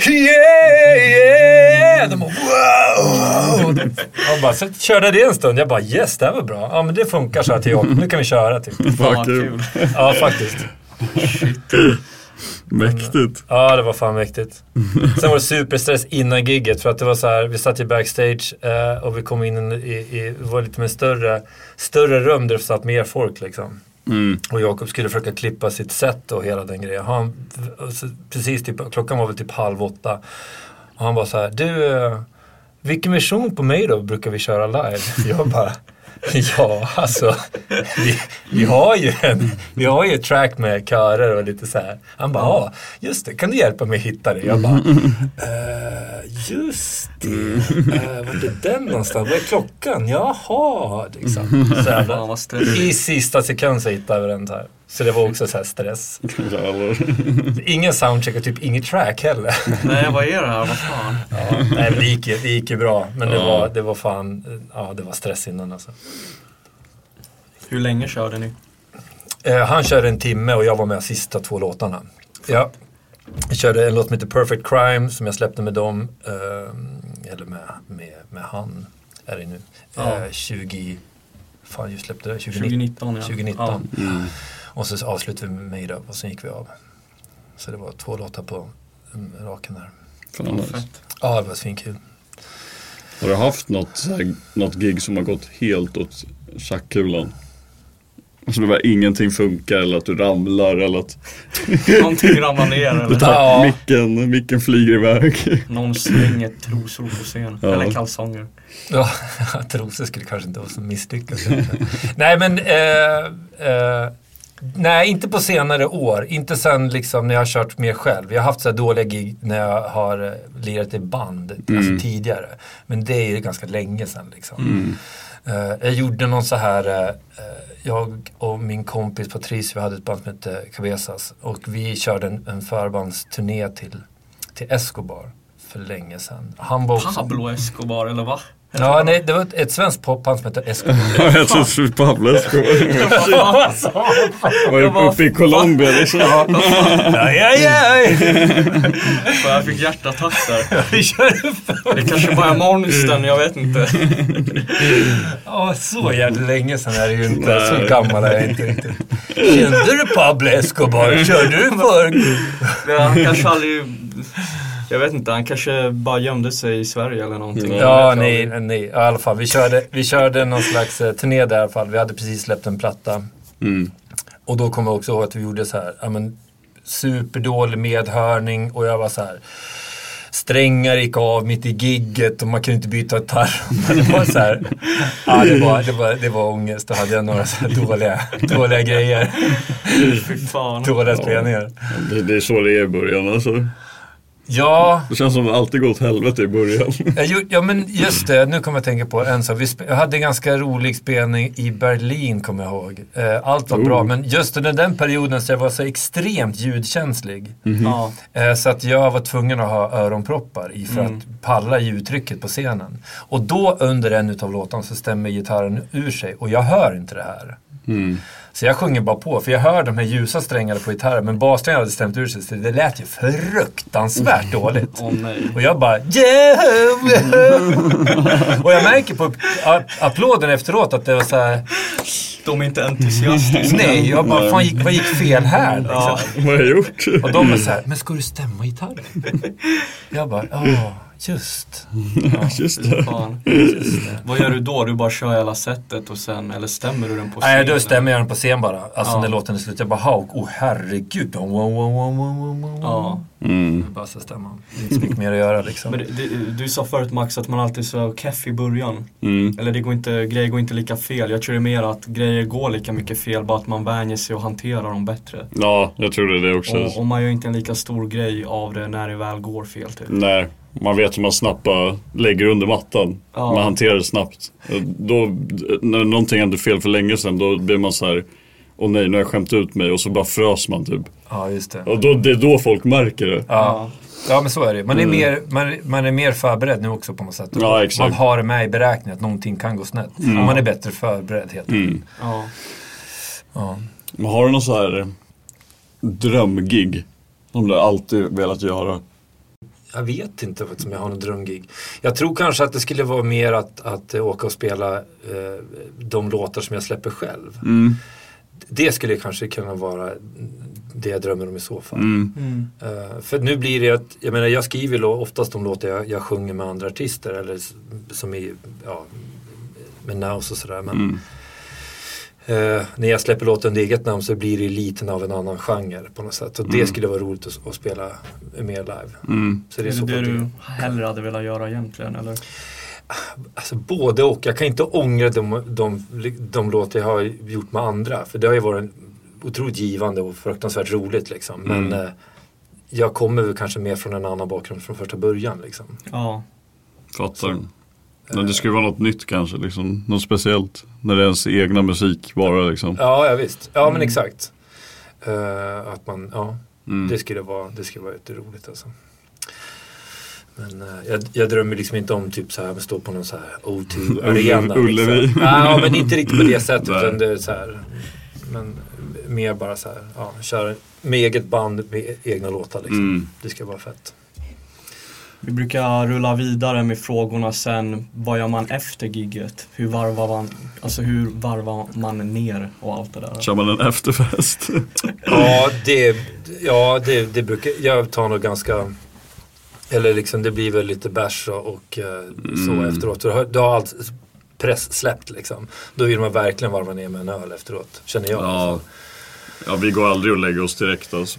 yeah. De bara wow. Jag bara, så körde det en stund. Jag bara, yes, det här var bra. Ja, men det funkar, så här till jobb. Nu kan vi köra typ. Kul. Ja, faktiskt. Shit. Mäktigt. Ja, det var fan mäktigt. Sen var det superstress innan gigget, för att det var så här, vi satt i backstage och vi kom in i var lite med större rum där det satt mer folk liksom. Och Jakob skulle försöka klippa sitt set och hela den grejen. Precis typ, klockan var väl typ 7:30. Och han var så här, du, vilken version på mig då brukar vi köra live? Jag bara, ja, alltså vi har ju ett track med körer och lite så här. Han bara, ja, just det, kan du hjälpa mig hitta det? Jag bara, just det, var det den någonstans? Vad är klockan? Jaha, liksom. Så här, i sista sekund så hittade vi den här. Så det var också så här stress. Ingen soundcheck och typ inget track heller. Nej, vad är det här? Vad fan? Ja, nej, men det gick ju bra. Men det var fan, det var stress innan alltså. Hur länge körde ni? Han körde 1 timme och jag var med sista 2 låtarna. Ja. Jag körde en låt som heter Perfect Crime som jag släppte med dem. Eller med han är det nu. 2019. 2019. Och så avslutade vi med Made Up och sen gick vi av. Så det var 2 låtar på raken där. Ja, det var svinkul. Har du haft något gig som har gått helt åt tjackkulan? Alltså det var ingenting funkar eller att du ramlar eller att någonting ramlar ner eller micken flyger iväg. Någon slänger trosor på scen eller kalsonger. Ja, trosor skulle kanske inte vara så misslyckat. Nej men nej, inte på senare år. Inte sen liksom när jag har kört mer själv. Jag har haft så här dåliga gig när jag har lirat i band alltså tidigare. Men det är ju ganska länge sedan liksom. Jag gjorde någon så här jag och min kompis Patrice, vi hade ett band som hette Cabezas och vi körde en förbandsturné till Escobar för länge sedan. Han var också... Pablo Escobar eller va? Ja, nej, det var ett svenskt popband som hette Escobar. Jag tror Pablo Escobar. Var ju uppe i Colombia liksom. Jag fick hjärtattack där. Det kanske bara är monstern, jag vet inte. Ja, så jävla länge sedan är det ju inte. Så gammal är jag inte riktigt. Kände du Pablo Escobar? Körde du för... Han kanske aldrig... Jag vet inte, han kanske bara gömde sig i Sverige eller någonting. Ja, nej. I alla fall, vi körde någon slags turné där i alla fall. Vi hade precis släppt en platta. Och då kommer jag också ihåg att vi gjorde så här, superdålig medhörning. Och jag var så här, strängar gick av mitt i gigget och man kunde inte byta gitarr. Det var så här, det var ångest. Då hade jag några så här dåliga grejer. Fy fan. Dåliga spelningar. Det är så det är i början alltså. Ja. Det känns som att det alltid gått helvete i början. Ja men just det, nu kommer jag tänka på en sak. Jag hade en ganska rolig spelning i Berlin, kommer jag ihåg. Allt var bra, men just under den perioden så jag var så extremt ljudkänslig. Så att jag var tvungen att ha öronproppar i för att palla ljudtrycket på scenen. Och då under en utav låtarna så stämmer gitarren ur sig och jag hör inte det här. Så jag sjunger bara på, för jag hör de här ljusa strängarna på gitarren, men bassträngarna hade stämt ur sig, så det lät ju fruktansvärt dåligt. Och jag bara och jag märker på applåden efteråt att det var så här. De är inte entusiastiska. Nej, jag bara, vad gick fel här liksom? Vad har jag gjort? Och de var så här, men ska du stämma gitarren? Jag bara, just. Just det. Vad gör du då? Du bara kör hela sättet och sen, eller stämmer du den på scen? Nej, då stämmer jag den på scen bara. Alltså när låten är slut, jag bara, herregud. Bara så stämma. Det är inte så mycket mer att göra liksom. Men du sa förut Max att man alltid så keff i början. Eller grejer går inte lika fel. Jag tror det är mer att grejer går lika mycket fel, bara att man vänjer sig och hanterar dem bättre. Ja, jag tror det också. Och man gör inte en lika stor grej av det när det väl går fel typ. Nej, man vet hur man snabbt lägger under mattan. Man hanterar det snabbt. Då, när någonting händer fel för länge sedan, då blir man så här, åh nej, nu har jag skämt ut mig, och så bara frös man typ. Ja, just det. Och det är då folk märker det. Ja, men så är det. Man är mer förberedd nu också på något sätt. Ja, exakt. Man har det med i beräkningen att någonting kan gå snett. Och man är bättre förberedd helt enkelt. Ja. Men har du någon så här drömgig som du alltid velat göra? Jag vet inte vad som jag har någon drömgig. Jag tror kanske att det skulle vara mer att åka och spela de låtar som jag släpper själv. Det skulle kanske kunna vara det jag drömmer om i så fall. För nu blir det att, jag menar, jag skriver oftast de låtar jag sjunger med andra artister eller som är med Naus och sådär, men när jag släpper låten under eget namn så blir det lite av en annan genre på något sätt. Och det skulle vara roligt att spela mer live. Så det är så det du hellre hade velat göra egentligen, eller? Alltså både och. Jag kan inte ångra de låtar jag har gjort med andra. För det har ju varit otroligt givande och fruktansvärt roligt liksom. Men jag kommer väl kanske mer från en annan bakgrund från första början liksom. Ja. Fattar. Men det skulle vara något nytt kanske liksom. Något speciellt. När det är ens egna musik bara liksom. Ja, visst. Ja, men exakt. Att man, det skulle vara jätteroligt alltså. Men jag drömmer liksom inte om typ så här stå på någon så här O2 arena. Ullevi. Liksom. Ja, men inte riktigt på det sättet, utan det är så här Men mer bara så här, köra med eget band, med egna låtar liksom. Det ska vara fett. Vi brukar rulla vidare med frågorna sen. Vad gör man efter gigget? Hur varvar man ner och allt det där? Kör man en efterfest? Det brukar jag ta nog ganska... Eller liksom det blir väl lite bärs och så efteråt. Du har allt press släppt liksom. Då vill man verkligen varva ner med en öl efteråt, känner jag. Ja, vi går aldrig och lägger oss direkt. Alltså.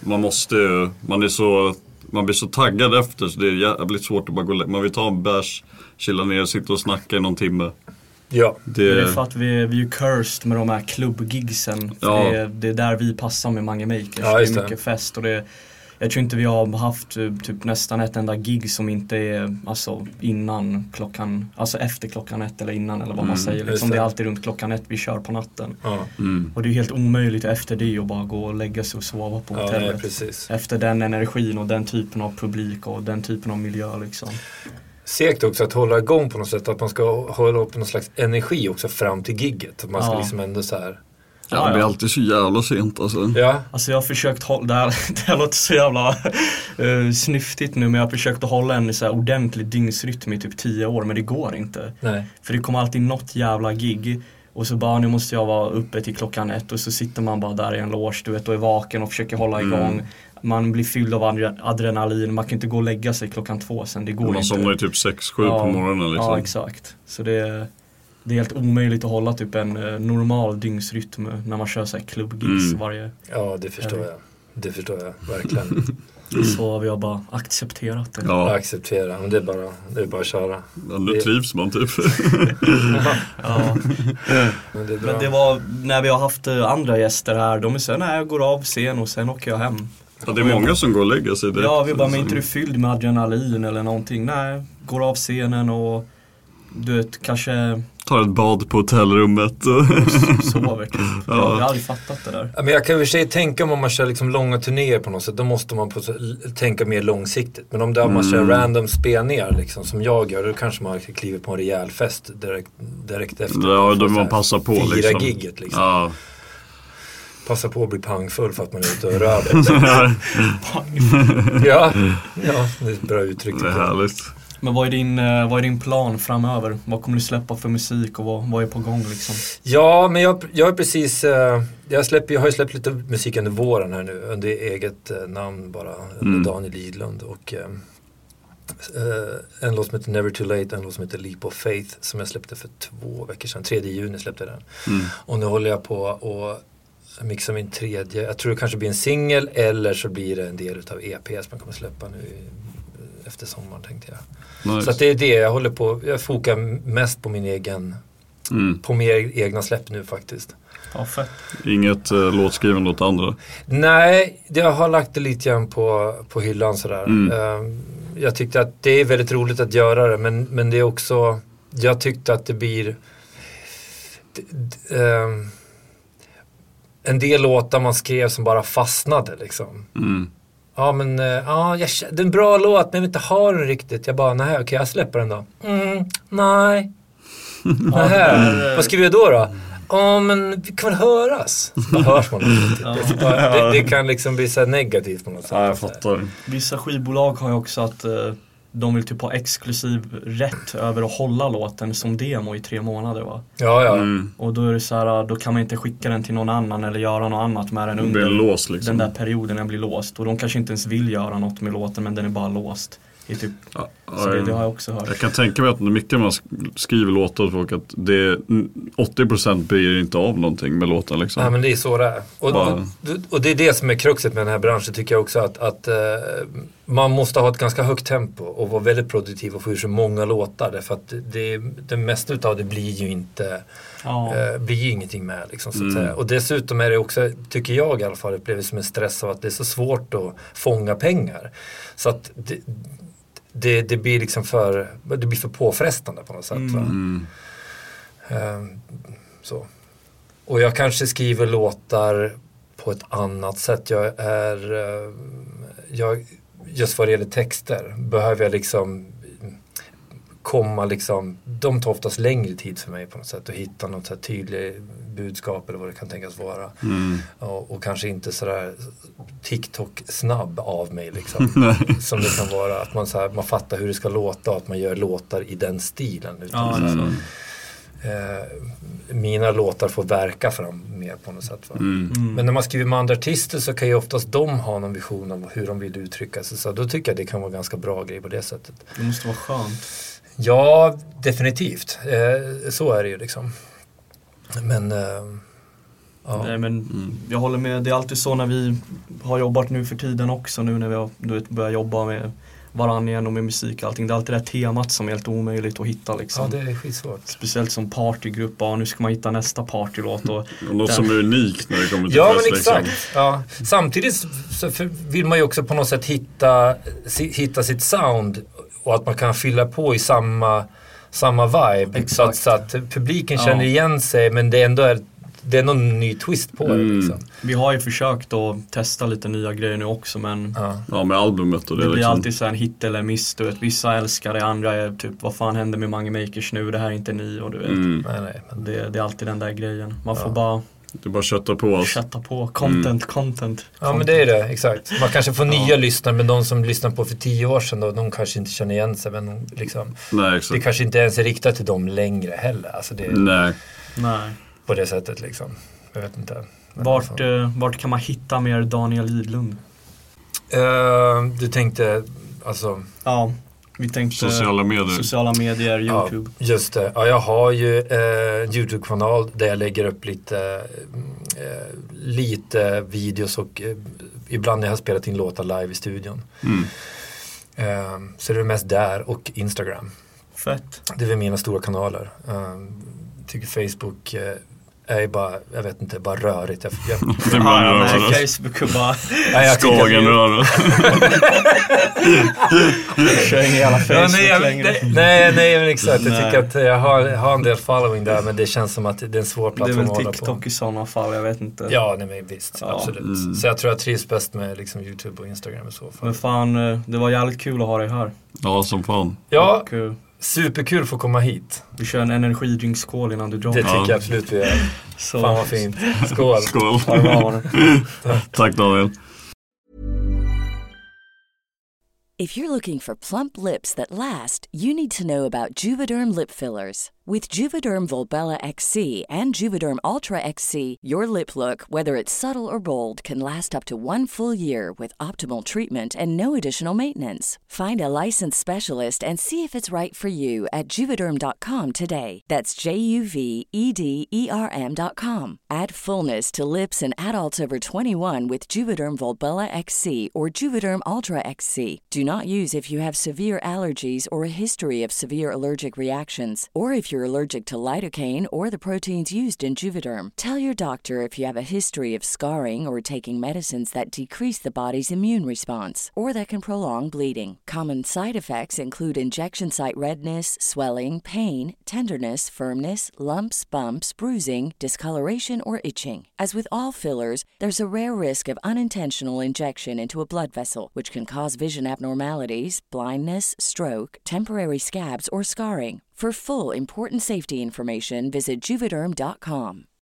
Man blir så taggad efter så det är jävligt svårt att bara gå. Man vill ta en bärs, chilla ner, sitta och snacka i någon timme. Ja. Det är för att vi är ju cursed med de här klubbgigsen. För det är där vi passar med Mange Makers. Det är mycket fest och jag tror inte vi har haft typ nästan ett enda gig som inte är alltså innan klockan, alltså efter klockan 1 eller innan eller vad man säger. Liksom det är alltid runt klockan 1 vi kör på natten. Och det är helt omöjligt efter det att bara gå och lägga sig och sova på hotellet. Precis. Efter den energin och den typen av publik och den typen av miljö liksom. Segt också att hålla igång på något sätt, att man ska hålla upp någon slags energi också fram till gigget. Att man ska liksom ändå så här... Ja, det blir alltid så jävla sent alltså. Ja. Alltså jag har försökt hålla, det här låter så jävla snyftigt nu, men jag har försökt att hålla en så här ordentlig dygnsrytm i typ 10 år, men det går inte. Nej. För det kommer alltid något jävla gig och så bara, nu måste jag vara uppe till klockan 1 och så sitter man bara där i en loge, du vet, och är vaken och försöker hålla igång. Man blir fylld av adrenalin, man kan inte gå och lägga sig klockan 2 sen, det går inte. Man somnar ju typ 6-7 på morgonen liksom. Ja, exakt. Så det är helt omöjligt att hålla typ en normal dygnsrytm när man kör så här klubbgigs varje... Ja, det förstår jag. Det förstår jag, verkligen. Så har vi bara accepterat det. Ja, acceptera. Men det är bara att köra. Ja, nu trivs man typ. Ja. Men det var när vi har haft andra gäster här. De är så nej, jag går av scen och sen åker jag hem. Ja, det är många som går och lägger sig direkt. Ja, vi bara, men inte du fylld med adrenalin eller någonting. Nej, går av scenen och du vet, kanske... Tar ett bad på hotellrummet. Sover typ. Jag har aldrig fattat det där. Ja, men jag kan väl säga, tänka om man kör liksom långa turnéer på något sätt, då måste man tänka mer långsiktigt. Men om man kör random spelningar liksom, som jag gör, då kanske man kliver på en rejäl fest direkt efter. Ja, då man passar på fira liksom. Gigget liksom. Ja. Passa på att bli pangfull för att man är ute och rör. Ja, det är ett bra uttryck. Det är härligt. Men vad är din plan framöver? Vad kommer du släppa för musik och vad är på gång liksom? Ja, men jag är precis... jag har ju släppt lite musik under våren här nu. Under eget namn bara. Under Daniel Lidlund. Och en låt som heter Never Too Late. En låt som heter Leap of Faith. Som jag släppte för 2 veckor sedan. 3 juni släppte jag den. Och nu håller jag på och mixa min 3:e. Jag tror det kanske blir en singel. Eller så blir det en del av EP som man kommer släppa nu efter sommaren, tänkte jag. Nice. Så att det är det jag håller på. Jag fokar mest på min egen på mer egna släpp nu faktiskt. Ja, fett. Inget låtskriven åt andra? Nej, jag har lagt det lite grann på hyllan sådär. Jag tyckte att det är väldigt roligt att göra det, men det är också, jag tyckte att det blir en del låtar man skrev som bara fastnade liksom. Ja, men det är en bra låt, men jag vill inte ha den riktigt. Jag bara, nej, okej, jag släpper den då. Nej. Vad skriver jag då? Ja, men vi kan väl höras. Så hörs man inte. Det kan liksom bli så här negativt på något sätt. Ja, jag fattar. Vissa skivbolag har ju också att de vill typ ha exklusiv rätt över att hålla låten som demo i 3 månader, va? Ja. Och då är det så här, då kan man inte skicka den till någon annan eller göra något annat med den under låst, liksom. Den där perioden den blir låst. Och de kanske inte ens vill göra något med låten, men den är bara låst. Typ, så det har jag också hört. Jag kan tänka mig att mycket man skriver låtar folk att 80% blir inte av någonting med låtar liksom. Ja, men det är så det är. Och det är det som är kruxet med den här branschen, tycker jag också, att man måste ha ett ganska högt tempo och vara väldigt produktiv och få ur så många låtar, därför att det mesta utav det blir ju inte blir ju ingenting med liksom, så att säga. Och dessutom är det också, tycker jag i alla fall, upplever som en stress av att det är så svårt att fånga pengar. Så att det blir liksom det blir för påfrestande på något sätt. Så. Och jag kanske skriver låtar på ett annat sätt. Just vad det gäller texter behöver jag liksom komma liksom, de tar oftast längre tid för mig på något sätt att hitta något så här tydlig budskap eller vad det kan tänkas vara. Och kanske inte sådär TikTok-snabb av mig liksom. Som det kan vara, att man fattar hur det ska låta och att man gör låtar i den stilen. Mina låtar får verka fram mer på något sätt. Men när man skriver med andra artister så kan ju oftast de ha någon vision om hur de vill uttrycka sig. Så då tycker jag det kan vara ganska bra grej på det sättet. Det måste vara skönt. Ja, definitivt. Så är det ju liksom. Men Nej, men jag håller med. Det är alltid så när vi har jobbat nu för tiden också, nu när vi har börjat jobba med varann igen och med musik och allting. Det är alltid det här temat som är helt omöjligt att hitta liksom. Ja, det är skitsvårt. Speciellt som partygrupp, nu ska man hitta nästa partylåt. Och något som är unikt när det kommer till men exakt. Liksom. Ja. Samtidigt så vill man ju också på något sätt hitta sitt sound och att man kan fylla på i samma vibe. Så att publiken känner igen sig, men det är någon ny twist på det liksom. Vi har ju försökt att testa lite nya grejer nu också, men med albumet och det blir liksom alltid så en hit eller miss, du vet. Vissa älskar det, andra är typ, vad fan händer med Mange Makers nu, det här är inte ni, och du vet. Nej, men det är alltid den där grejen. Man får bara det är bara kötta på oss. Kötta på. Content. Ja, men det är det, exakt. Man kanske får nya lyssnare, men de som lyssnar på för 10 år sedan då, de kanske inte känner igen sig, men liksom, nej, exakt. Det kanske inte ens är riktat till dem längre heller. Alltså det, nej. På det sättet liksom. Jag vet inte. Vart kan man hitta mer Daniel Idlund? Du tänkte alltså... Ja, vi tänkte sociala medier, YouTube. Ja, just det. Ja, jag har ju en YouTube-kanal där jag lägger upp lite videos och ibland när jag har spelat in låtar live i studion. Så det är mest där och Instagram. Fett. Det är väl mina stora kanaler. Tycker Facebook är bara, jag vet inte, bara rörigt. Facebook och bara Skagen rör. Jag kör inga jävla Facebook längre. Nej, men exakt. Jag tycker att jag har en del following där, men det känns som att det är en svår plattform att hålla på. Det är väl TikTok i sådana fall, jag vet inte. Ja, nej, men visst, absolut. Så jag tror jag trivs bäst med liksom YouTube och Instagram i så fall. Men fan, det var jävligt kul att ha dig här. Ja, som fan. Ja, superkul för att komma hit. Vi kör en energidrinkskål innan du drar. Det tycker jag absolut vi gör. Fan vad fint. Skål. Skål. Tack Daniel. If you're looking for plump lips that last, you need to know about Juvederm lip fillers. With Juvederm Volbella XC and Juvederm Ultra XC, your lip look, whether it's subtle or bold, can last up to 1 full year with optimal treatment and no additional maintenance. Find a licensed specialist and see if it's right for you at Juvederm.com today. That's JUVEDERM.com. Add fullness to lips in adults over 21 with Juvederm Volbella XC or Juvederm Ultra XC. Do not use if you have severe allergies or a history of severe allergic reactions, or if you're allergic to lidocaine or the proteins used in Juvederm. Tell your doctor if you have a history of scarring or taking medicines that decrease the body's immune response or that can prolong bleeding. Common side effects include injection site redness, swelling, pain, tenderness, firmness, lumps, bumps, bruising, discoloration, or itching. As with all fillers, there's a rare risk of unintentional injection into a blood vessel, which can cause vision abnormalities, blindness, stroke, temporary scabs, or scarring. For full important safety information, visit Juvederm.com.